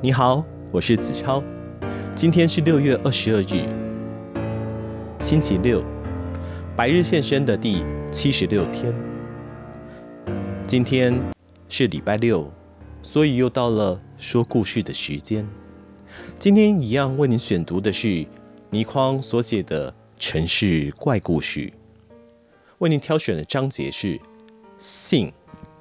你好，我是子超。今天是6月22日，星期六，白日现身的第76天。今天是礼拜六，所以又到了说故事的时间。今天一样为您选读的是倪匡所写的《城市怪故事》，为您挑选的章节是信。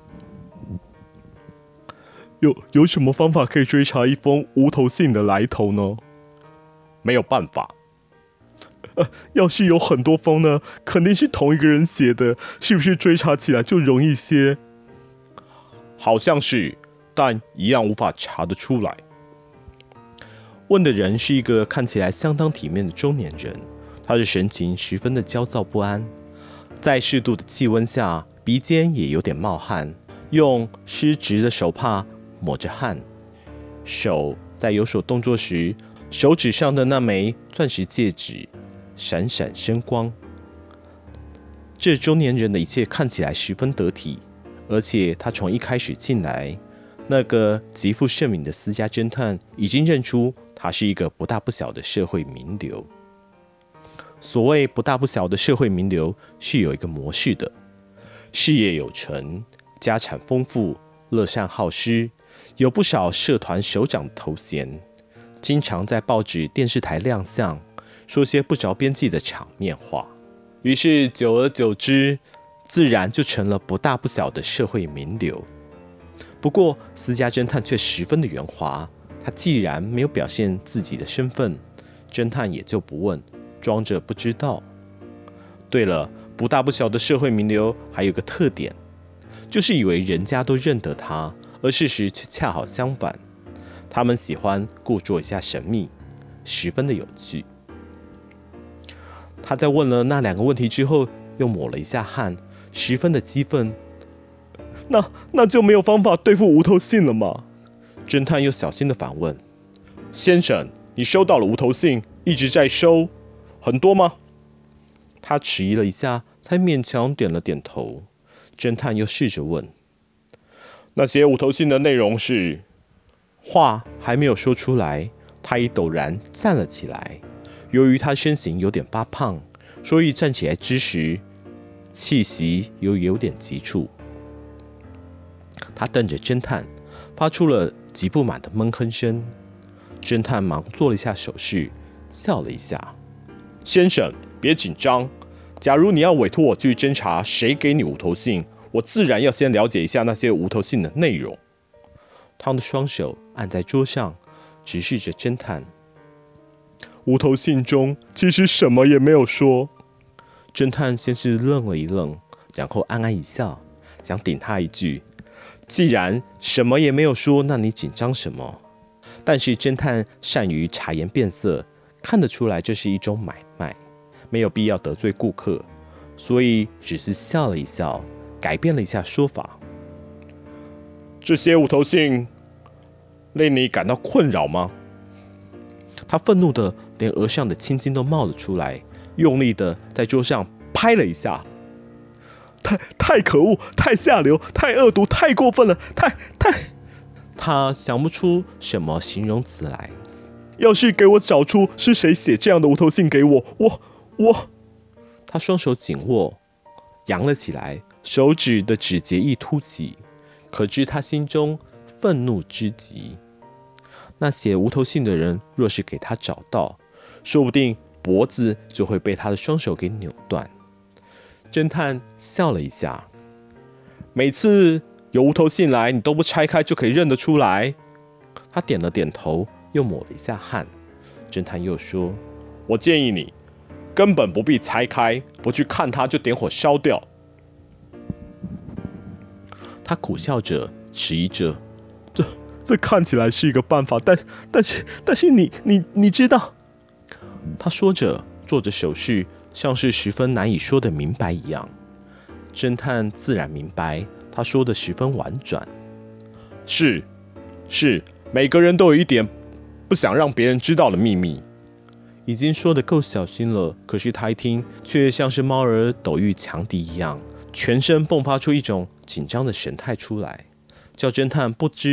有什么方法可以追查一封无头信的来头呢？ 没有办法。 要是有很多封呢，肯定是同一个人写的，是不是追查起来就容易些？ 好像是，但一样无法查得出来。 问的人是一个看起来相当体面的中年人，他的神情十分的焦躁不安，在适度的气温下，鼻尖也有点冒汗，用湿直的手帕抹着汗，手在有手动作时，手指上的那枚钻石戒指闪闪生光。这中年人的一切看起来十分得体，而且他从一开始进来，那个极负盛名的私家侦探已经认出他是一个不大不小的社会名流。所谓不大不小的社会名流，是有一个模式的：事业有成，家产丰富，乐善好施，有不少社团首长的头衔，经常在报纸、电视台亮相，说些不着边际的场面话。于是久而久之，自然就成了不大不小的社会名流。不过私家侦探却十分的圆滑，他既然没有表现自己的身份，侦探也就不问，装着不知道。对了，不大不小的社会名流还有个特点，就是以为人家都认得他，而事实却恰好相反。他们喜欢故作一下神秘，十分的有趣。他在问了那2个问题之后，又抹了一下汗，十分的激愤。 那就没有方法对付无头信了吗？ 侦探又小心的反问： 先生，你收到了无头信，一直在收，很多吗？ 他迟疑了一下，才勉强点了点头。侦探又试着问： 那些无头信的内容是…… 话还没有说出来，他已陡然站了起来。由于他身形有点发胖，所以站起来之时，气息又有点急促。他瞪着侦探，发出了极不满的闷哼声。侦探忙做了一下手势，笑了一下： 先生，别紧张。假如你要委托我去侦查谁给你无头信，我自然要先了解一下那些无头信的内容。 他的双手按在桌上，直视着侦探。 无头信中其实什么也没有说。 侦探先是愣了一愣，然后暗暗一笑，想顶他一句：既然什么也没有说，那你紧张什么？但是侦探善于察言变色，看得出来这是一种买卖，没有必要得罪顾客，所以只是笑了一笑，改变了一下说法。 这些无头信令你感到困扰吗？ 他愤怒的连额上的青筋都冒了出来，用力的在桌上拍了一下。 太可恶，太下流，太恶毒，太过分了，太…… 他想不出什么形容词来。 要是给我找出是谁写这样的无头信给我…… 他双手紧握，扬了起来，手指的指节一凸起，可知他心中愤怒之极。那写无头信的人若是给他找到，说不定脖子就会被他的双手给扭断。侦探笑了一下： 每次有无头信来，你都不拆开就可以认得出来。 他点了点头，又抹了一下汗。侦探又说： 我建议你根本不必拆开，不去看它就点火烧掉。 他苦笑着，迟疑着： 这看起来是一个办法，但是你知道…… 他说着，做着手势，像是十分难以说得明白一样。侦探自然明白，他说的十分婉转。 是，每个人都有一点不想让别人知道的秘密。 已经说得够小心了，可是他一听，却像是猫儿斗遇强敌一样，全身迸发出一种紧张的神态出来，叫侦探不知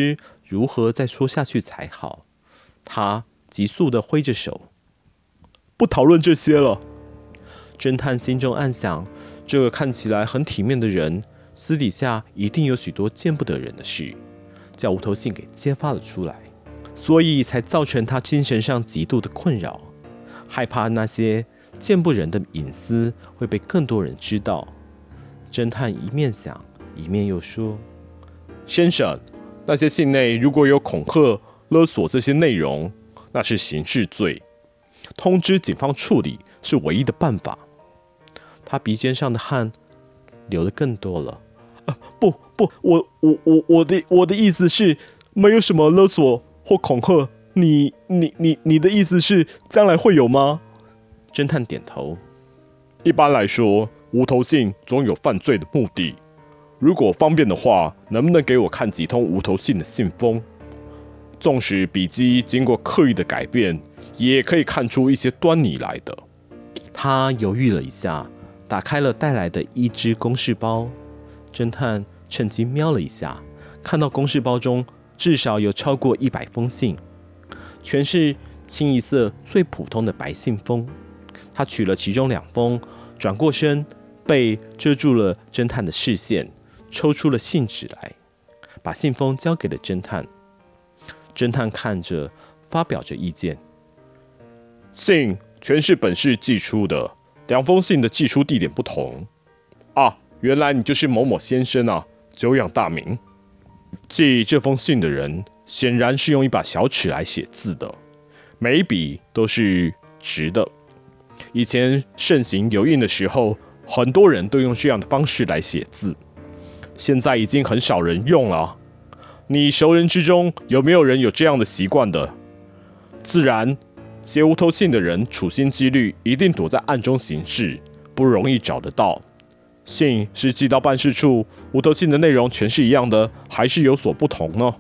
如何再说下去才好。他急速地挥着手， 不讨论这些了。 侦探心中暗想，这个看起来很体面的人，私底下一定有许多见不得人的事，叫无头信给揭发了出来，所以才造成他精神上极度的困扰，害怕那些见不人的隐私会被更多人知道。侦探一面想，一面又说：“ 先生，那些信内如果有恐吓、勒索这些内容，那是刑事罪，通知警方处理是唯一的办法。” 他鼻尖上的汗流得更多了。 不，我的意思是，没有什么勒索或恐吓。你的意思是将来会有吗？ 侦探点头。 一般来说，无头信总有犯罪的目的。如果方便的话，能不能给我看几通无头信的信封？纵使笔迹经过刻意的改变，也可以看出一些端倪来的。 他犹豫了一下，打开了带来的一只公事包。侦探趁机瞄了一下，看到公事包中至少有超过100封信，全是清一色最普通的白信封。他取了其中2封，转过身，背遮住了侦探的视线，抽出了信纸来，把信封交给了侦探。侦探看着，发表着意见： 信全是本市寄出的，2封信的寄出地点不同。啊，原来你就是某某先生啊，久仰大名。寄这封信的人显然是用一把小尺来写字的，每一笔都是直的。以前盛行油印的时候，很多人都用这样的方式来写字，现在已经很少人用了。你熟人之中有没有人有这样的习惯的？自然，写无头信的人处心积虑，一定躲在暗中行事，不容易找得到。信是寄到办事处，无头信的内容全是一样的，还是有所不同呢？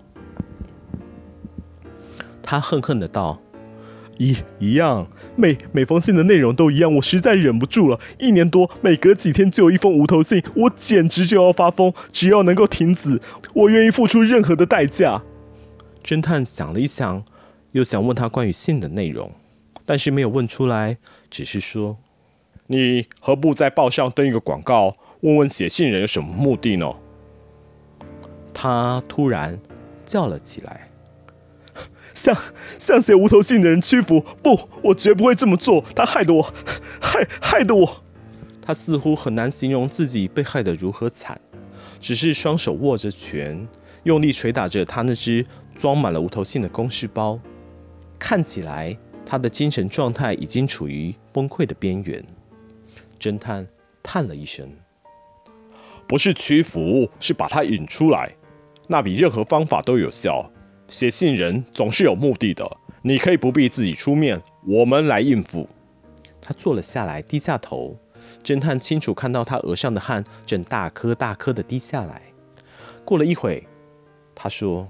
他恨恨的道： 一样，每封信的内容都一样，我实在忍不住了。1年多，每隔几天就有一封无头信，我简直就要发疯。只要能够停止，我愿意付出任何的代价。 侦探想了一想，又想问他关于信的内容，但是没有问出来，只是说： 你何不在报上登一个广告，问问写信人有什么目的呢？ 他突然叫了起来。 向写无头信的人屈服？不，我绝不会这么做。他害得我，害得我。 他似乎很难形容自己被害得如何惨，只是双手握着拳，用力捶打着他那只装满了无头信的公事包。看起来他的精神状态已经处于崩溃的边缘。侦探叹了一声： 不是屈服，是把他引出来，那比任何方法都有效。写信人总是有目的的，你可以不必自己出面，我们来应付。 他坐了下来，低下头。侦探清楚看到他额上的汗正大颗大颗的滴下来。过了一会，他说：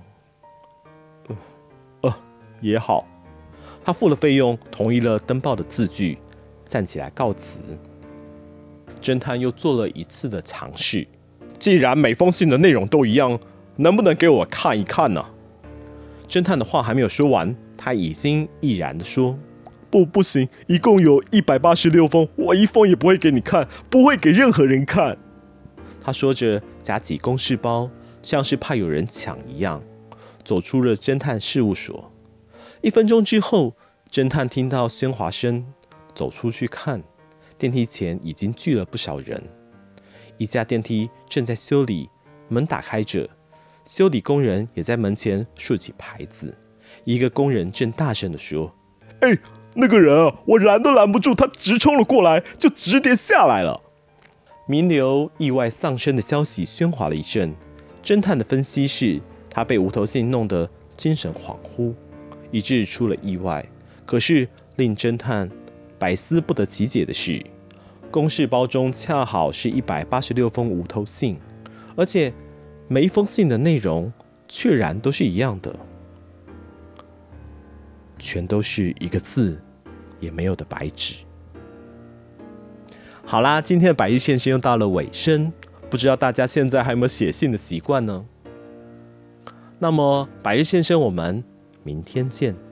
也好。 他付了费用，同意了登报的字据，站起来告辞。侦探又做了一次的尝试： 既然每封信的内容都一样，能不能给我看一看呢？ 侦探的话还没有说完，他已经毅然地说： 不行，一共有186封，我一封也不会给你看，不会给任何人看。 他说着，夹起公事包，像是怕有人抢一样，走出了侦探事务所。1分钟之后，侦探听到喧哗声，走出去看，电梯前已经聚了不少人。一架电梯正在修理，门打开着，修理工人也在门前竖起牌子。一个工人正大声地说： 那个人啊，我拦都拦不住，他直冲了过来，就直跌下来了。 名流意外丧生的消息喧哗了一阵。侦探的分析是，他被无头信弄得精神恍惚，以致出了意外。可是令侦探百思不得其解的是，公事包中恰好是186封无头信，而且每一封信的内容确然都是一样的，全都是一个字也没有的白纸。好啦，今天的百日线先又到了尾声，不知道大家现在还有没有写信的习惯呢？ 那么，百日先生，我们明天见。